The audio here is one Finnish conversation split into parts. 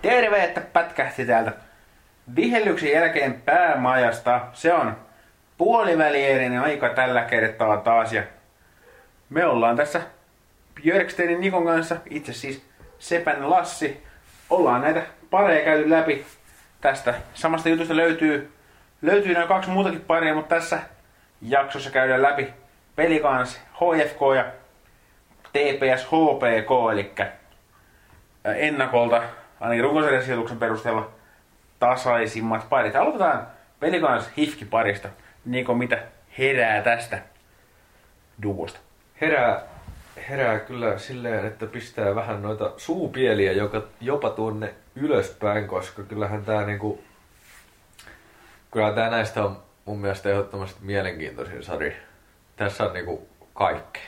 Terve, että pätkähti täältä vihellyksen jälkeen päämajasta. Se on puolivälierinen aika tällä kertaa taas. Ja me ollaan tässä Björksteinin Nikon kanssa, itse siis Sepän Lassi. Ollaan näitä pareja käyty läpi. Tästä samasta jutusta löytyy nämä kaksi muutakin paria, mutta tässä jaksossa käydään läpi Pelicans HFK ja TPS HPK, eli ennakolta, ainakin runkosarjan sijoituksen perusteella, tasaisimmat parit. Aloitetaan Pelicans HIFK-parista. Niko, mitä herää tästä duosta? Herää kyllä silleen, että pistää vähän noita suupieliä jopa tuonne ylöspäin, koska kyllähän tää niinku... Kyllä tää näistä on mun mielestä ehdottomasti mielenkiintoisin sarja. Tässä on niinku kaikkea.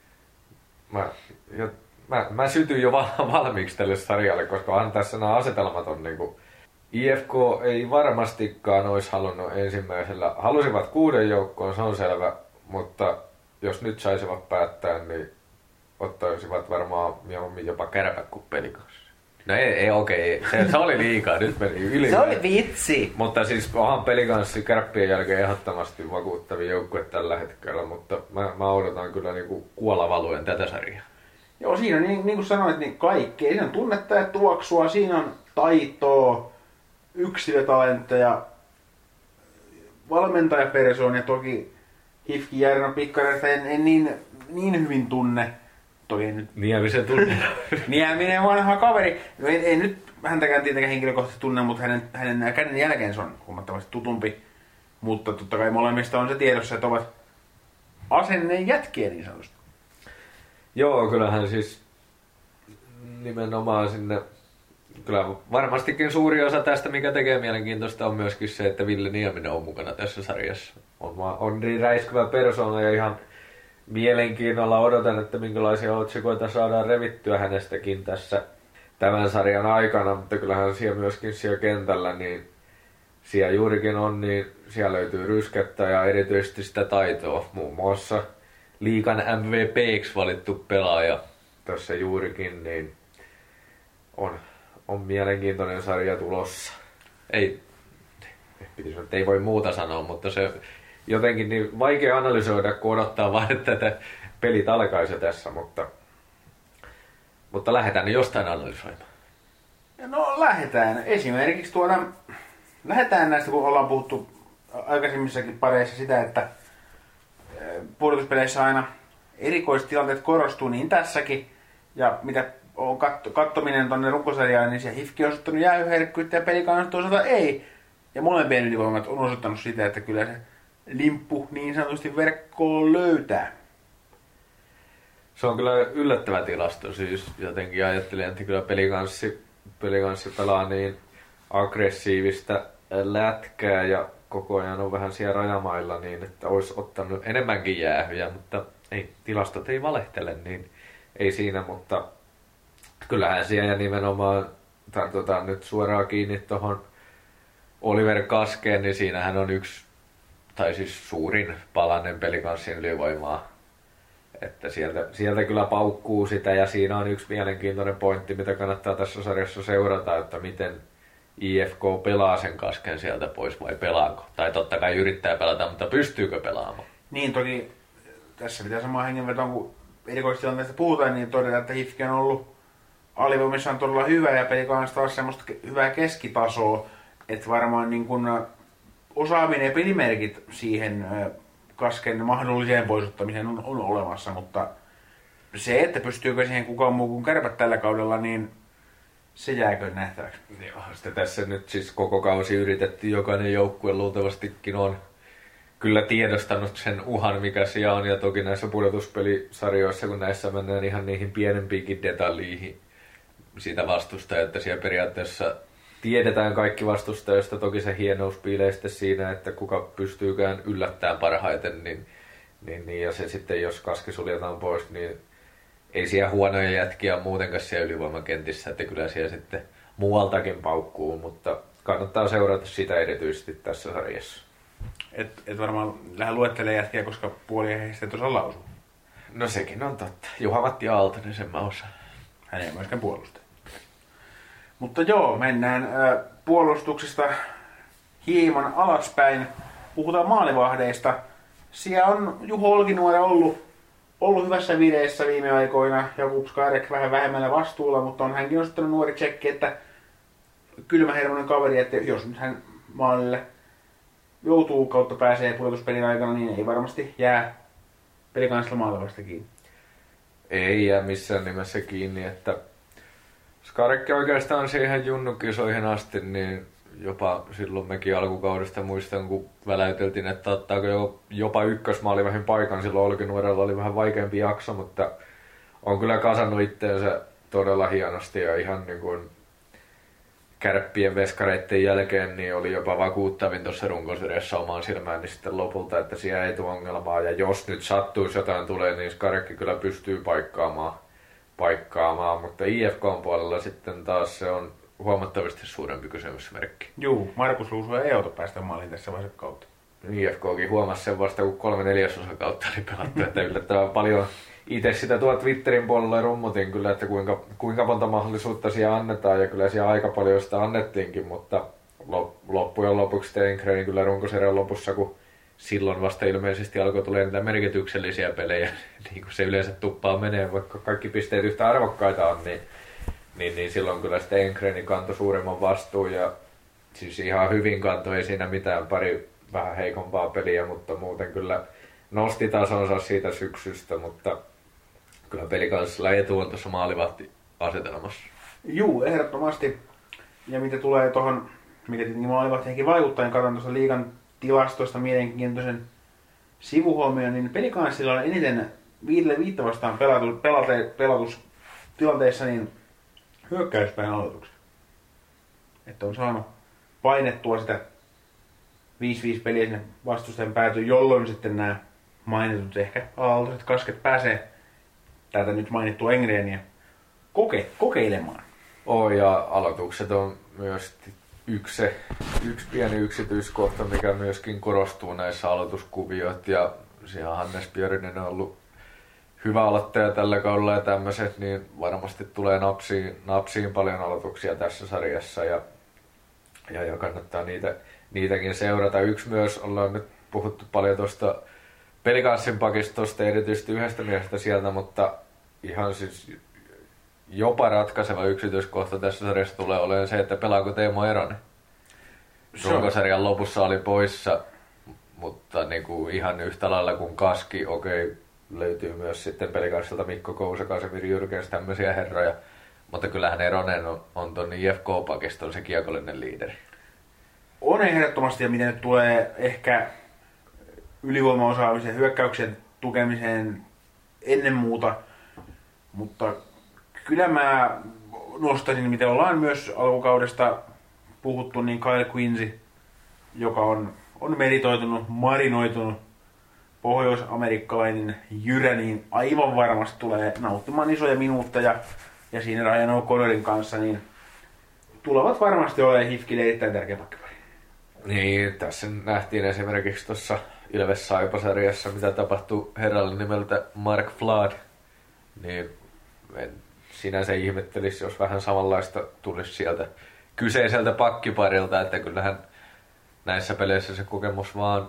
Mä sytyin jo valmiiksi tälle sarjalle, koska on tässä nämä asetelmat on niinku... IFK ei varmastikaan olisi halunnut ensimmäisellä. Halusivat 6 joukkoon, se on selvä, mutta jos nyt saisivat päättää, niin ottaisivat varmaan mieluummin jopa Kärpät kuin Pelicans. No ei okei. Se oli liikaa, nyt meni yli. Se oli vitsi! Mutta siis onhan Pelicansi Kärppien jälkeen ehdottomasti vakuuttavia joukkue tällä hetkellä, mutta mä odotan kyllä niinku kuolavaluen tätä sarjaa. Joo, siinä on niin kuin sanoit, niin kaikkea. Siinä on tunnetta ja tuoksua, siinä on taitoa, yksilötalentteja, valmentajapersoon ja toki Hifki Järno Pikkareista en niin hyvin tunne. Toki nyt Niemisen tunne. Nieminen vanha kaveri. En nyt häntäkään tietenkään henkilökohtaisesti tunne, mutta hänen käden jälkeen se on huomattavasti tutumpi. Mutta totta kai molemmista on se tiedossa, että ovat asenneen jätkiä niin sanotusti. Joo, kyllähän siis nimenomaan sinne... Kyllä varmastikin suuri osa tästä, mikä tekee mielenkiintoista, on myöskin se, että Ville Nieminen on mukana tässä sarjassa. On niin räiskyvä persoona ja ihan mielenkiinnolla odotan, että minkälaisia otsikoita saadaan revittyä hänestäkin tässä tämän sarjan aikana, mutta kyllähän siellä myöskin siellä kentällä, niin siellä juurikin on, niin siellä löytyy ryskettä ja erityisesti sitä taitoa. Muun muassa liigan MVP:ksi valittu pelaaja tässä juurikin, niin on mielenkiintoinen sarja tulossa. Ei voi muuta sanoa, mutta se jotenkin niin vaikea analysoida, kun odottaa vain, että tätä pelit alkaisi tässä, mutta lähdetään jostain analysoimaan. No lähdetään. Esimerkiksi lähdetään näistä, kun ollaan puhuttu aikaisemmissakin pareissa sitä, että pudotuspeleissä aina erikoistilanteet korostuu, niin tässäkin. Ja mitä on kattominen tuonne runkosarjaan, niin siellä HIFK on osoittanut jäähyherkkyyttä ja Pelicans toisaalta ei. Ja molempien ylivoimat on osoittanut sitä, että kyllä se limppu niin sanotusti verkkoon löytää. Se on kyllä yllättävä tilasto. Siis jotenkin ajattelin, että kyllä Pelicanssi pelaa niin aggressiivista lätkää ja koko ajan on vähän siellä rajamailla niin, että olisi ottanut enemmänkin jäähyjä, mutta tilastot ei valehtele, niin ei siinä, mutta kyllähän siellä nimenomaan tartutaan nyt suoraan kiinni tuohon Oliver Kaskeen, niin siinähän on yksi, tai siis suurin palanen Pelicansin ylivoimaa. Että sieltä kyllä paukkuu sitä ja siinä on yksi mielenkiintoinen pointti, mitä kannattaa tässä sarjassa seurata, että miten IFK pelaa sen Kasken sieltä pois vai pelaako. Tai totta kai yrittää pelata, mutta pystyykö pelaamaan? Niin toki tässä pitää samaan hengenvetoon, kun erikoistilanteesta puhutaan, niin todeta, että HIFK on ollut alivoimissaan todella hyvä ja Pelicans taas semmoista hyvää keskitasoa, että varmaan niin kun osaaminen ja pelimerkit siihen Kasken mahdolliseen poistuttamiseen on olemassa, mutta se, että pystyykö siihen kukaan muu kuin Kärpät tällä kaudella, niin se jääkö nähtäväksi. Joo, sitten tässä nyt siis koko kausi yritettiin, jokainen joukkue luultavastikin on kyllä tiedostanut sen uhan, mikä siellä on, ja toki näissä pudotuspelisarjoissa, kun näissä mennään ihan niihin pienempiinkin detaljiin siitä vastustajasta, että siellä periaatteessa tiedetään kaikki vastustajista, toki se hienous piilee sitten siinä, että kuka pystyykään yllättämään parhaiten, niin ja se sitten, jos Kaski suljetaan pois, niin ei siellä huonoja jätkiä muutenkaan siellä ylivoimakentissä, että kyllä siellä sitten muualtakin paukkuu, mutta kannattaa seurata sitä erityisesti tässä sarjassa. Et varmaan lähde luettelemaan jätkiä, koska puolia heistä et osaa lausua. No sekin on totta. Juha-Matti Aaltonen, sen mä osaan. Hän ei myöskään puolusta. Mutta joo, mennään puolustuksesta hieman alaspäin. Puhutaan maalivahdeista. Siellä on Juho Olkinuora ollut hyvässä vireessä viime aikoina. Jakub Skarek vähän vähemmällä vastuulla, mutta on hänkin osoittanut nuori tsekki, että kylmähermoinen kaveri, että jos nyt hän maalille joutuu kautta pääsee pudotuspelin aikana, niin ei varmasti jää Pelikansilla maalivasta kiinni. Ei jää missään nimessä kiinni, että Skarekki oikeastaan siihen junnukisoihin asti, niin jopa silloin mekin alkukaudesta muistan, kun väläyteltiin, että ottaako jopa ykkösmaalivahdin paikan. Silloin Olkinuorella oli vähän vaikeampi jakso, mutta on kyllä kasannut itteensä todella hienosti ja ihan niin kuin Kärppien veskareiden jälkeen niin oli jopa vakuuttavin tuossa runkosarjassa omaan silmään, niin sitten lopulta, että siellä ei tule ongelmaa. Ja jos nyt sattuisi jotain tulee, niin Skarekki kyllä pystyy paikkaamaan, mutta IFK:n puolella sitten taas se on huomattavasti suurempi kysymysmerkki. Juu, Markus Ruusu ei auta päästä maaliin tässä vaiheessa kautta. IFK:kin huomasi sen vasta, kun 3/4 kautta oli pelattu, että yllättävän paljon itse sitä tuolla Twitterin puolella rummutin kyllä, että kuinka monta mahdollisuutta siellä annetaan, ja kyllä siellä aika paljon sitä annettiinkin, mutta loppujen lopuksi Tenkreeni kyllä runkosarjan lopussa, kun silloin vasta ilmeisesti alkoi tulemaan niitä merkityksellisiä pelejä, niin kuin se yleensä tuppaa menee, vaikka kaikki pisteet yhtä arvokkaita on, niin silloin kyllä Tenkreeni kantoi suuremman vastuun, ja siis ihan hyvin kantoi, ei siinä mitään, pari vähän heikompaa peliä, mutta muuten kyllä nosti tasonsa siitä syksystä, mutta kyllä Pelikansilla etu on tuossa maalivahtiasetelmassa. Juu, ehdottomasti. Ja mitä tulee tuohon, mikä maalivahtiinkin vaikuttaa, niin katson tuosta liigan tilastoista mielenkiintoisen sivuhuomioon, niin Pelikansilla on eniten 5 vastaan pelatustilanteissa niin hyökkäyspäin aloituksia. Että on saanut painettua sitä 5-5 peliä sinne vastustajan päätyy, jolloin sitten nämä mainitut ehkä aaltoiset kasket pääsee täältä nyt mainittua Engreeniä kokeilemaan. Ja aloitukset on myös yksi pieni yksityiskohta, mikä myöskin korostuu näissä aloituskuvioissa. Ja siellä Hannes Björninen on ollut hyvä aloittaja tällä kaudella ja tämmöiset, niin varmasti tulee napsiin paljon aloituksia tässä sarjassa ja kannattaa niitäkin seurata. Yksi myös, ollaan nyt puhuttu paljon tuosta Pelikanssin pakistosta, erityisesti yhdestä miehestä sieltä, mutta ihan siis jopa ratkaiseva yksityiskohta tässä sarjassa tulee olemaan se, että pelaako Teemu Eronen. Runkosarjan lopussa oli poissa, mutta niin kuin ihan yhtä lailla kuin Kaski, löytyy myös sitten Pelikanssilta Mikko Kousa, Kasimir Jyrkens, tämmöisiä herroja, mutta kyllähän Eronen on ton IFK-pakiston se kiekollinen liideri. On ehdottomasti, ja miten nyt tulee ehkä ylivoimaosaamisen hyökkäyksen tukemiseen ennen muuta, mutta kyllä mä nostaisin, miten ollaan myös alkukaudesta puhuttu, niin Kyle Quincy, joka on meritoitunut, marinoitunut pohjois-amerikkalainen jyrä, niin aivan varmasti tulee nauttimaan isoja minuutteja, ja siinä Ryan O'Connorin kanssa, niin tulevat varmasti olemaan HIFKille erittäin tärkeä pakkipari. Niin, tässä nähtiin esimerkiksi tuossa Ilves-Saipa-sarjassa, mitä tapahtui herralle nimeltä Mark Flood. Niin en sinänsä ihmettelisi, jos vähän samanlaista tulisi sieltä kyseiseltä pakkiparilta, että kyllähän näissä peleissä se kokemus vaan,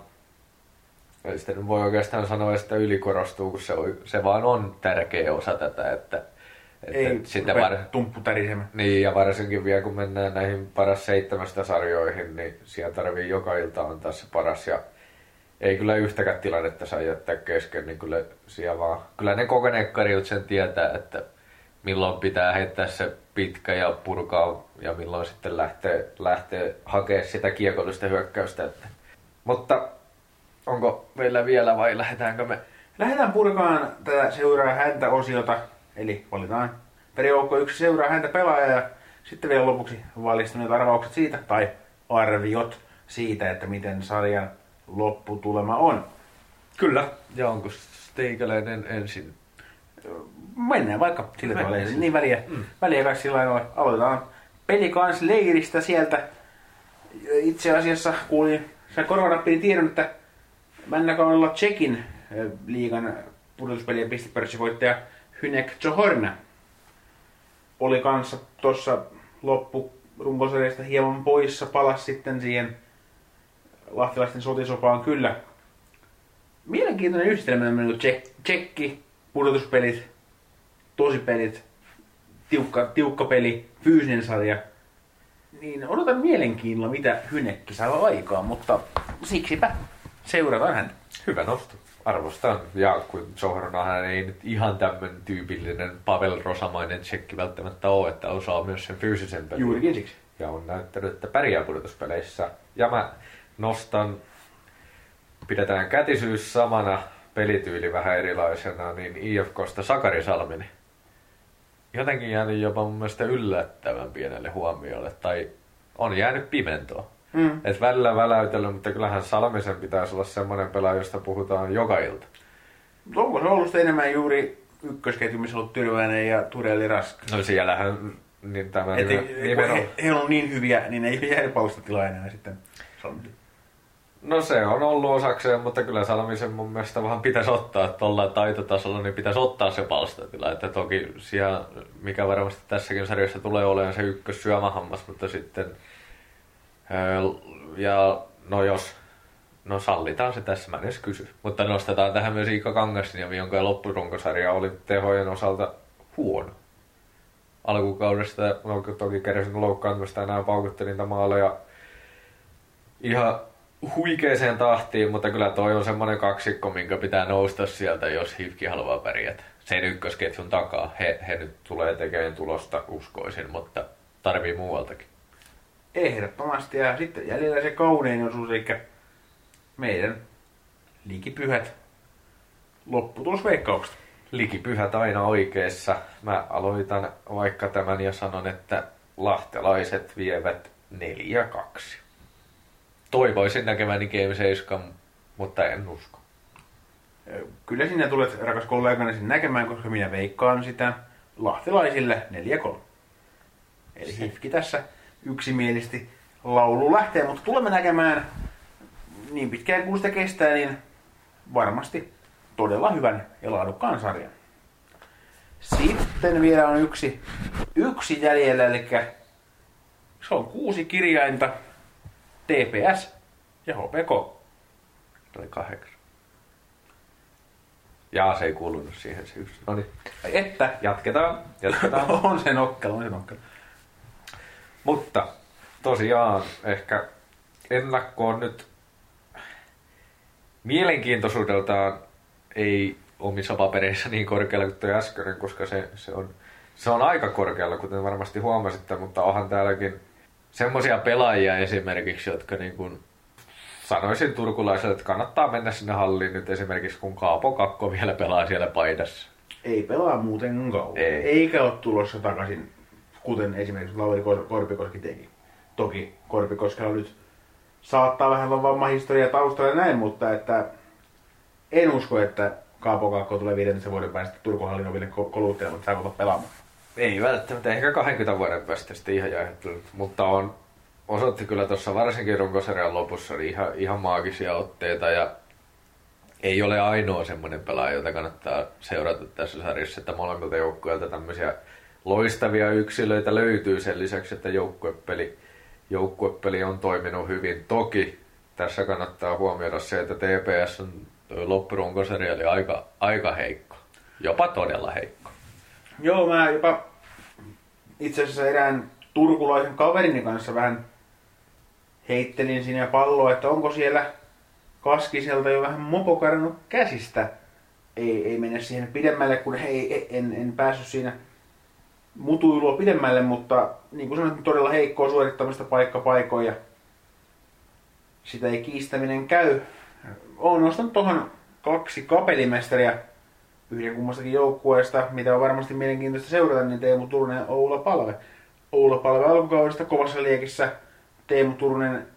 ei sitä nyt voi oikeastaan sanoa, että sitä ylikorostuu, kun se vaan on tärkeä osa tätä, että ei tumppu tärisemään. Niin, ja varsinkin vielä kun mennään näihin paras 7 sarjoihin, niin siellä tarvii joka ilta antaa se paras, ja ei kyllä yhtäkään tilannetta saa jättää kesken, niin kyllä ne kokeneet karjut sen tietää, että milloin pitää heittää se pitkä ja purkaa, ja milloin sitten lähtee hakemaan sitä kiekollista hyökkäystä. Mutta onko meillä vielä vai lähdetäänkö me? Lähdetään purkaan tätä seuraa häntä osiota, eli valitaan perijoukko 1 seuraa häntä pelaaja, ja sitten vielä lopuksi valistuneet arvaukset siitä, tai arviot siitä, että miten sarjan lopputulema on. Kyllä. Ja onko teikäläinen ensin? Mennään vaikka sillä tavalla. Niin väliä kai sillä lailla. Aloitetaan Pelikans-leiristä sieltä. Itse asiassa kuulin sen korvanappiin tiedon, että männäkaudella Tšekin liigan pudotuspelien pistepörssivoittaja Hynek Johorna oli kanssa tuossa loppu runkosarjasta hieman poissa, palasi sitten siihen lahtilaisten sotisopaan kyllä. Mielenkiintoinen yhdistelmä, niin tsekki, pudotuspelit, tosipelit, tiukka peli, fyysinen sarja. Niin odotan mielenkiinnolla, mitä Hynekki saa aikaan, mutta siksipä seurataan häntä. Hyvä nosto. Arvostan. Ja kun Zohronahan ei nyt ihan tämmöinen tyypillinen Pavel Rosamainen tsekki välttämättä ole, että osaa myös sen fyysisen pelin. Juurikin siksi. Ja on näyttänyt, että pärjää pudotuspeleissä. Ja mä nostan, pidetään kätisyys samana, pelityyli vähän erilaisena, niin IFKsta Sakari Salminen. Jotenkin jäänyt jopa mun mielestä yllättävän pienelle huomiolle, tai on jäänyt pimentoon. Et välillä väläytellyt, mutta kyllähän Salmisen pitäisi olla semmoinen pelaaja, josta puhutaan joka ilta. Onko se ollut enemmän juuri ykkösketju, missä on ollut Tyrväinen ja Turelli Rask? No siellähän niin tämä he on niin hyviä, niin ei jää palstatilaa enää sitten Salmisen. No se on ollut osakseen, mutta kyllä Salmisen mun mielestä vähän pitäisi ottaa, että ollaan taitotasolla, niin pitäisi ottaa se palstatila. Että toki siellä, mikä varmasti tässäkin sarjassa tulee olemaan se ykkössyömähammas, mutta sitten ja no sallitaan se tässä, mä en edes kysy. Mutta nostetaan tähän myös Iikka Kangasniemi, jonka loppurunkosarja oli tehojen osalta huono. Alkukaudesta, toki kärsin loukkaantumista enää paukutti niitä maaleja ihan huikeeseen tahtiin, mutta kyllä toi on semmoinen kaksikko, minkä pitää nousta sieltä, jos HIFK haluaa pärjätä. Sen ykkösketjun takaa. He nyt tulee tekemään tulosta, uskoisin, mutta tarvii muualtakin. Ehdottomasti. Ja sitten jäljellä se kaunein osuus, eli meidän likipyhät lopputulosveikkaukset. Likipyhät aina oikeassa. Mä aloitan vaikka tämän ja sanon, että lahtelaiset vievät 4-2. Toivoisin näkeväni Game 7, mutta en usko. Kyllä sinä tulet, rakas kollegani, sen näkemään, koska minä veikkaan sitä lahtelaisille 4-3. Eli HIFK tässä yksimielisesti laulu lähtee, mutta tulemme näkemään niin pitkään kuin sitä kestää, niin varmasti todella hyvän ja laadukkaan sarjan. Sitten vielä on yksi jäljellä, eli se on 6 kirjainta, TPS ja HPK. Tai 8. Jaa, se ei kuulunut siihen se yksi. Noniin. Että Jatketaan. on se nokkela. Mutta tosiaan ehkä ennakkoon nyt mielenkiintoisuudeltaan ei omissa papereissa niin korkealla kuin tuo äskeinen, koska se on aika korkealla, kuten varmasti huomasitte, mutta onhan täälläkin semmoisia pelaajia esimerkiksi, jotka niin kuin sanoisin turkulaisille, että kannattaa mennä sinne halliin nyt esimerkiksi, kun Kaapo Kakko vielä pelaa siellä paidassa. Ei pelaa muuten kauan. Eikä ole tulossa takaisin, kuten esimerkiksi Lauri Korpikoski teki. Toki Korpikoskella nyt saattaa vähän olla vammahistoria taustalla ja näin, mutta että en usko, että Kaapo Kakko tulee 5 vuoden päästä Turkuhallin oville koluuttelemaan, mutta saa pelaamaan. Ei välttämättä, ehkä 20 vuoden päästä sitten ihan jäähdyttynyt, mutta osoitti kyllä tuossa varsinkin runkosarjan lopussa niin ihan maagisia otteita ja ei ole ainoa semmoinen pelaaja, jota kannattaa seurata tässä sarjassa, että molemmilta joukkueilta tämmöisiä loistavia yksilöitä löytyy sen lisäksi, että joukkuepeli on toiminut hyvin. Toki tässä kannattaa huomioida se, että TPS on loppurunkosarja oli aika heikko, jopa todella heikko. Joo, mä jopa itse asiassa erään turkulaisen kaverini kanssa vähän heittelin siinä palloa, että onko siellä Kaskiselta jo vähän mopo karannut käsistä. Ei mennä siihen pidemmälle, kun en päässyt siinä mutuilua pidemmälle, mutta niin kuin sanoin, todella heikkoa suorittamista paikkapaikoin ja sitä ei kiistäminen käy. Olen nostanut tuohon 2 kapelimestaria yhden kummastakin joukkueesta, mitä on varmasti mielenkiintoista seurata, niin Teemu Turunen ja Oula Palve. Oula Palve alkukaudesta kovassa liekissä, Teemu Turunen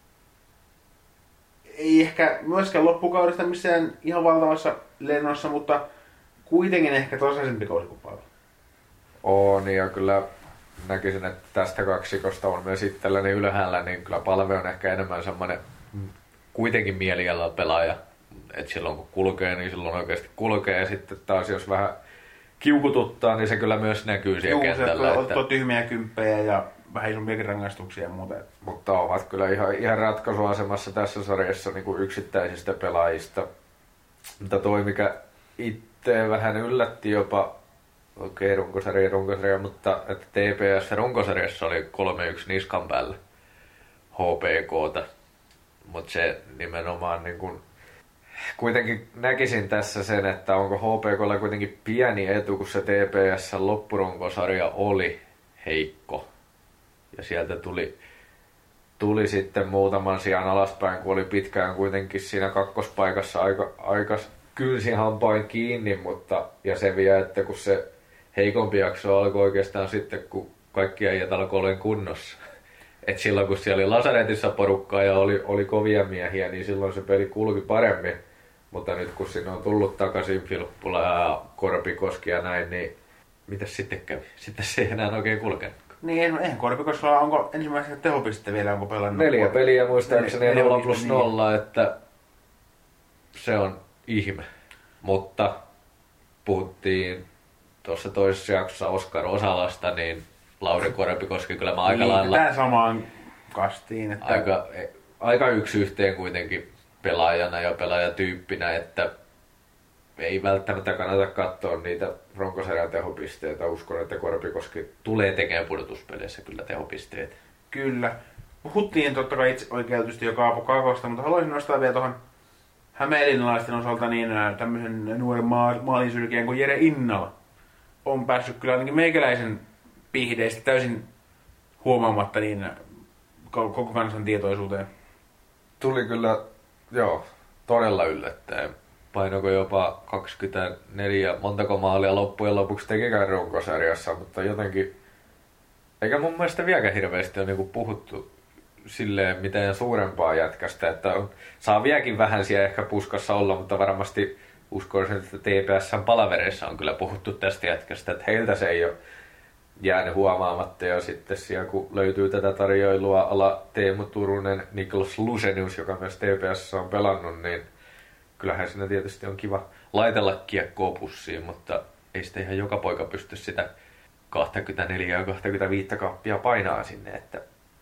ei ehkä myöskään loppukaudesta missään ihan valtavassa lennossa, mutta kuitenkin ehkä tasaisempi kausi kuin Palve. On, ja kyllä näkisin, että tästä kaksikosta on myös itselläni ylhäällä, niin kyllä Palve on ehkä enemmän semmoinen kuitenkin mielialalla pelaaja. Että silloin kun kulkee, niin silloin oikeasti kulkee. Ja sitten taas jos vähän kiukututtaa, niin se kyllä myös näkyy siellä kentällä. Ottaa tyhmiä kymppejä ja vähän isompiakin rangaistuksia ja muuta. Mutta ovat kyllä ihan ratkaisuasemassa tässä sarjassa niin kuin yksittäisistä pelaajista. Mutta toi, mikä itse vähän yllätti jopa, runkosarja, mutta että TPS-runkosarjassa oli 3-1 niskan päällä HPK:ta. Mutta se nimenomaan niin kuin, kuitenkin näkisin tässä sen, että onko HPK:lla kuitenkin pieni etu, kun se TPS-loppurunkosarja oli heikko. Ja sieltä tuli sitten muutaman sijan alaspäin, kun oli pitkään kuitenkin siinä kakkospaikassa aika kynsihampain kiinni, mutta ja se vielä, että kun se heikompi jakso alkoi oikeastaan sitten, kun kaikki äijät alkoi olemaan kunnossa. Et silloin kun siellä oli Lasaretissa porukkaa ja oli kovia miehiä, niin silloin se peli kulki paremmin. Mutta nyt kun sinne on tullut takaisin Filppula ja Korpikoski ja näin, niin mitäs sitten kävi? Sitten se ei enää oikein kulkenut. Niin, eihän Korpikoskella onko ensimmäisenä tehopiste vielä, onko pelannut? 4 peliä muistaakseni 0+0, että se on ihme. Mutta puhuttiin tuossa toisessa jaksossa Oskar Osalasta, niin Lauri Korpikoski kyllä mä aika lailla... Tää samaan kastiin. Että... Aika yksi yhteen kuitenkin pelaajana ja pelaajatyyppinä, että ei välttämättä kannata katsoa niitä runkosarjan tehopisteitä. Uskon, että Korpikoski tulee tekemään pudotuspeleissä kyllä tehopisteitä. Kyllä. Puhuttiin totta kai itse oikeutusti jo Kaapo Kakosta, mutta haluaisin nostaa vielä tuohon hämeenlinnalaisten osalta niin tämmöisen nuoren maalinsylkeen kuin Jere Innala. On päässyt kyllä ainakin meikäläisen pihdeistä täysin huomaamatta niin koko kansan tietoisuuteen. Tuli kyllä, joo, todella yllättäen. Painoiko jopa 24, montako maalia loppujen lopuksi tekikään runkosarjassa, mutta jotenkin, eikä mun mielestä vieläkään hirveästi ole niinku puhuttu silleen mitään suurempaa jätkästä, että saa vieläkin vähän siellä ehkä puskassa olla, mutta varmasti uskoisin, että TPS:n palavereissa on kyllä puhuttu tästä jätkästä, että heiltä se ei ole jäänyt huomaamatta, ja sitten siellä kun löytyy tätä tarjoilua ala Teemu Turunen, Niklas Lusenius, joka myös TPS on pelannut, niin kyllähän siinä tietysti on kiva laitella kiekkoa pussiin, mutta ei sitä ihan joka poika pysty sitä 24 ja 25 kappia painaa sinne, että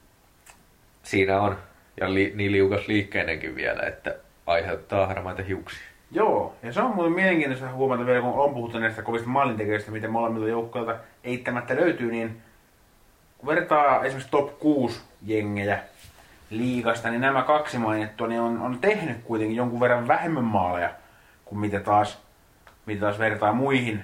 siinä on, ja niin liukas liikkeinenkin vielä, että aiheuttaa harmaita hiuksia. Joo, ja se on muuten mielenkiintoista huomata vielä, kun on puhuttu näistä kovista maalintekijöistä, mitä molemmilta joukkoilta eittämättä löytyy, niin kun vertaa esimerkiksi top 6 jengejä liigasta, niin nämä kaksi mainittua niin on tehnyt kuitenkin jonkun verran vähemmän maaleja kuin mitä taas vertaa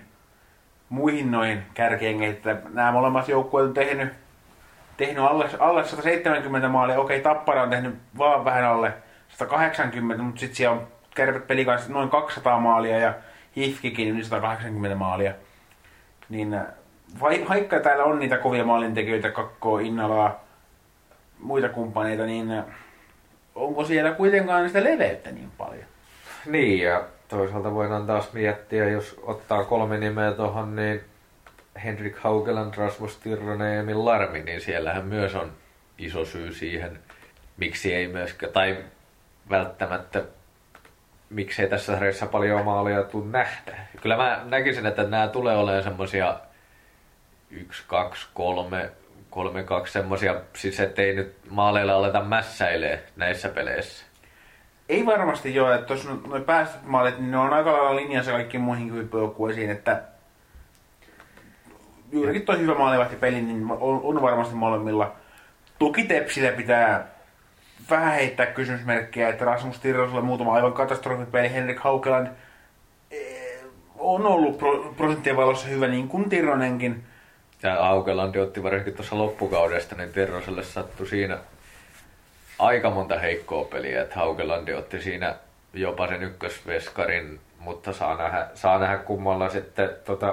muihin noihin kärkijengeihin. Nämä molemmat joukkueet on tehnyt alle 170 maalia. Okei, Tappara on tehnyt vaan vähän alle 180, mutta sitten siellä on Kärpät peli kanssa noin 200 maalia ja HIFKikin yli 180 maalia. Niin vaikka täällä on niitä kovia maalintekijöitä, Kakkoa, Innalaa, muita kumppaneita, niin onko siellä kuitenkaan sitä leveyttä niin paljon? Niin, ja toisaalta voidaan taas miettiä, jos ottaa 3 nimeä tuohon, niin Henrik Haukeland, Rasmus Tirronen ja Emil Larmi, niin siellähän myös on iso syy siihen, miksi ei myöskään, tai välttämättä miksei tässä sarjassa paljon maaleja tule nähdä. Kyllä mä näkisin, että nämä tulee olemaan semmosia 1, 2, 3, 3, 2 semmosia, siis ettei nyt maaleilla aleta mässäilee näissä peleissä. Ei varmasti joo, että tuossa nuo päästöt maalit, niin ne on aika lailla linjassa kaikkiin muihin huippujoukkueisiin, että juurikin toi hyvä maalivahtipeli niin on varmasti molemmilla. Toki Tepsillä pitää vähän heittää kysymysmerkkejä, että Rasmus Tirrosella muutama aivan katastrofipeli, Henrik Haukeland on ollut prosenttien valossa hyvä niin kuin Tirronenkin. Ja Haukeland otti varsinkin tuossa loppukaudesta, niin Tirroselle sattui siinä aika monta heikkoa peliä, että Haukeland otti siinä jopa sen ykkösveskarin, mutta saa nähdä kummalla sitten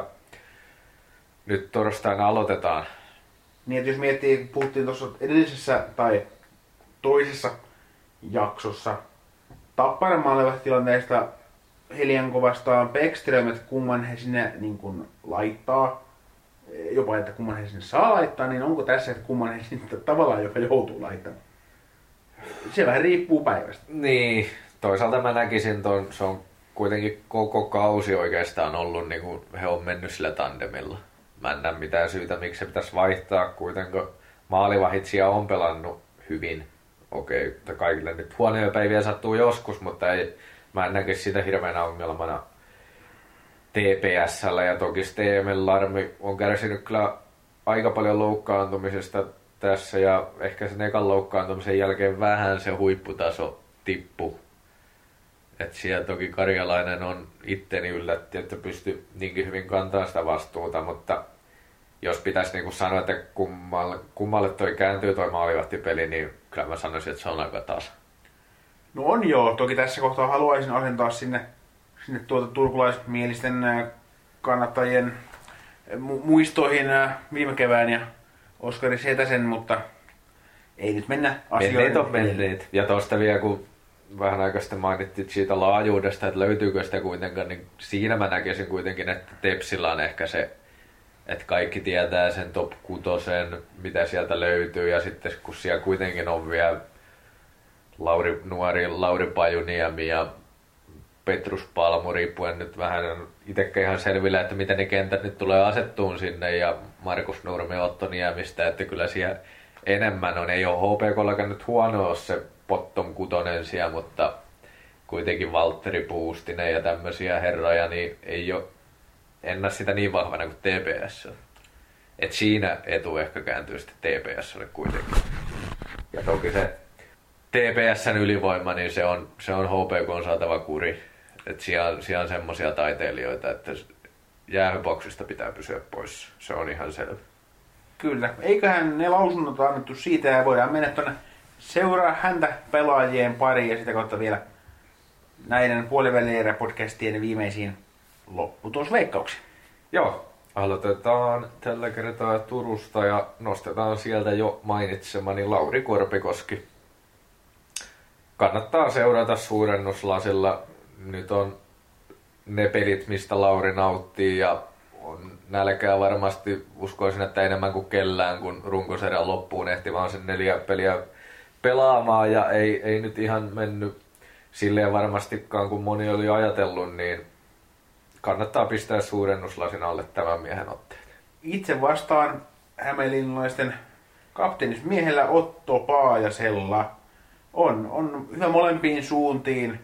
nyt torstaina aloitetaan. Niin, että jos miettii, puhuttiin tuossa edellisessä tai toisessa jaksossa Tapparan maalivahtilanteesta Helianko vastaan Bäckström, että kumman he sinne niin kuin laittaa, jopa että kumman he sinne saa laittaa, niin onko tässä, että kumman he sinne tavallaan jopa joutuu laittamaan? Se vähän riippuu päivästä. Niin, toisaalta mä näkisin se on kuitenkin koko kausi oikeastaan ollut, niin kuin he on mennyt sillä tandemilla. Mä en näe mitään syytä, miksi se pitäisi vaihtaa kuitenkaan maalivahit siellä on pelannut hyvin. Okei, että kaikille nyt huonoja päiviä sattuu joskus, mutta mä en näkisi sitä hirveänä ongelmana TPS:llä. Ja toki Steemel Larmi on kärsinyt kyllä aika paljon loukkaantumisesta tässä, ja ehkä sen ekan loukkaantumisen jälkeen vähän se huipputaso tippu. Että siellä toki Karjalainen on itteni yllätti, että pystyi niinkin hyvin kantaa sitä vastuuta, mutta jos pitäisi niinku sanoa, että kummalle toi kääntyy toi maalivahtipeli, niin kyllä mä sanoisin, että se on aika taas. No on joo, toki tässä kohtaa haluaisin asentaa sinne turkulaismielisten kannattajien muistoihin viime kevään ja Oskari Setäsen, mutta ei nyt mennä asioihin. Menneet on menneet. Ja tosta vielä, kun vähän aikaa sitten mainittiin siitä laajuudesta, että löytyykö sitä kuitenkaan, niin siinä mä näkisin kuitenkin, että Tepsillä on ehkä se, että kaikki tietää sen top 6, mitä sieltä löytyy, ja sitten kun siellä kuitenkin on vielä nuori Lauri Pajuniemi ja Petrus Palmu, riippuen nyt vähän itsekään ihan selvillä, että miten ne kentät nyt tulee asettuun sinne, ja Markus Nurmi, Otto Niemistä, että kyllä siellä enemmän on. Ei ole HPK:llakaan nyt huono se bottom 6 siellä, mutta kuitenkin Valtteri Puustinen ja tämmöisiä herroja, niin ei ole ennä sitä niin vahvana kuin TPS. Et siinä etu ehkä kääntyy sitten TPS:lle kuitenkin. Ja toki se TPS:n ylivoima, niin se on HPK:n saatava kuri. Et siellä on semmosia taiteilijoita, että jäähyboksista pitää pysyä pois. Se on ihan selvä. Kyllä. Eiköhän ne lausunnot annettu siitä ja voidaan mennä tuonne seuraa häntä pelaajien pariin ja sitä kautta vielä näiden puolivälierä-podcastien viimeisiin lopputulosveikkauksiin. Joo, aloitetaan tällä kertaa Turusta ja nostetaan sieltä jo mainitsemani Lauri Korpikoski. Kannattaa seurata suurennuslasilla. Nyt on ne pelit, mistä Lauri nauttii, ja on nälkää varmasti, uskoisin, että enemmän kuin kellään, kun runkosarjan loppuun ehti vaan sen 4 peliä pelaamaan, ja ei nyt ihan mennyt silleen varmastikaan, kun moni oli ajatellut, niin kannattaa pistää suurennuslasin alle tämän miehen otteet. Itse vastaan hämeenlinnalaisten kapteenismiehellä Otto Paajasella. On hyvä molempiin suuntiin.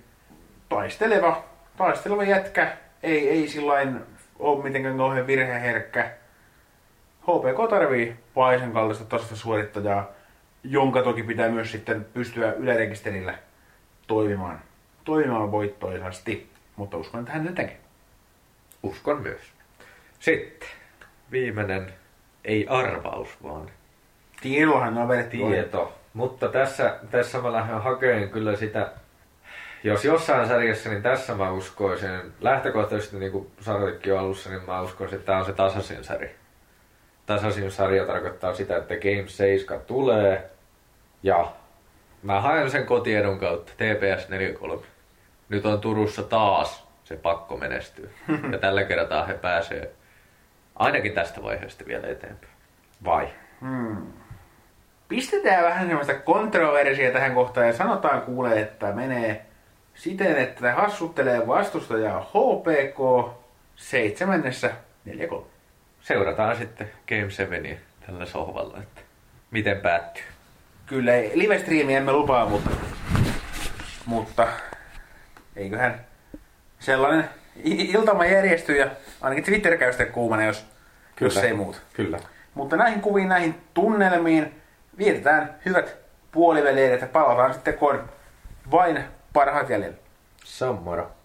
Taisteleva jätkä. Ei sillain ole mitenkään kauhean virheherkkä. HPK tarvii Paajasen kaltaista tasaista suorittajaa, jonka toki pitää myös sitten pystyä ylärekisterillä toimimaan voittoisasti. Mutta uskon, että hän sen tekee. Uskon myös. Sitten viimeinen, ei arvaus, vaan Tiedohan on vedetty. Tieto. Mutta tässä mä lähden hakemaan kyllä sitä, jos jossain sarjassa, niin tässä mä uskoisin, lähtökohtaisesti niin kuin sanoitkin jo alussa, niin mä uskoisin, että tämä on se tasaisin sarja. Tasaisin sarja tarkoittaa sitä, että Game 7 tulee, ja mä haen sen kotiedun kautta, TPS 4-3. Nyt on Turussa taas se pakko menestyy. Ja tällä kertaa he pääsee ainakin tästä vaiheesta vielä eteenpäin. Vai? Pistetään vähän semmoista kontroversia tähän kohtaan ja sanotaan kuule, että menee siten, että hassuttelee vastustajaa HPK 7. 4-3. Seurataan sitten Game 7 tällä sohvalla, että miten päättyy. Kyllä live-striimiä emme lupaa, mutta eiköhän sellainen iltama järjestyy ja ainakin Twitter käy sitten kuumana, jos ei muuta. Kyllä. Mutta näihin kuviin, näihin tunnelmiin vietetään hyvät puolivälierit ja palataan sitten, kun on vain parhaat jäljellä. Se on moro.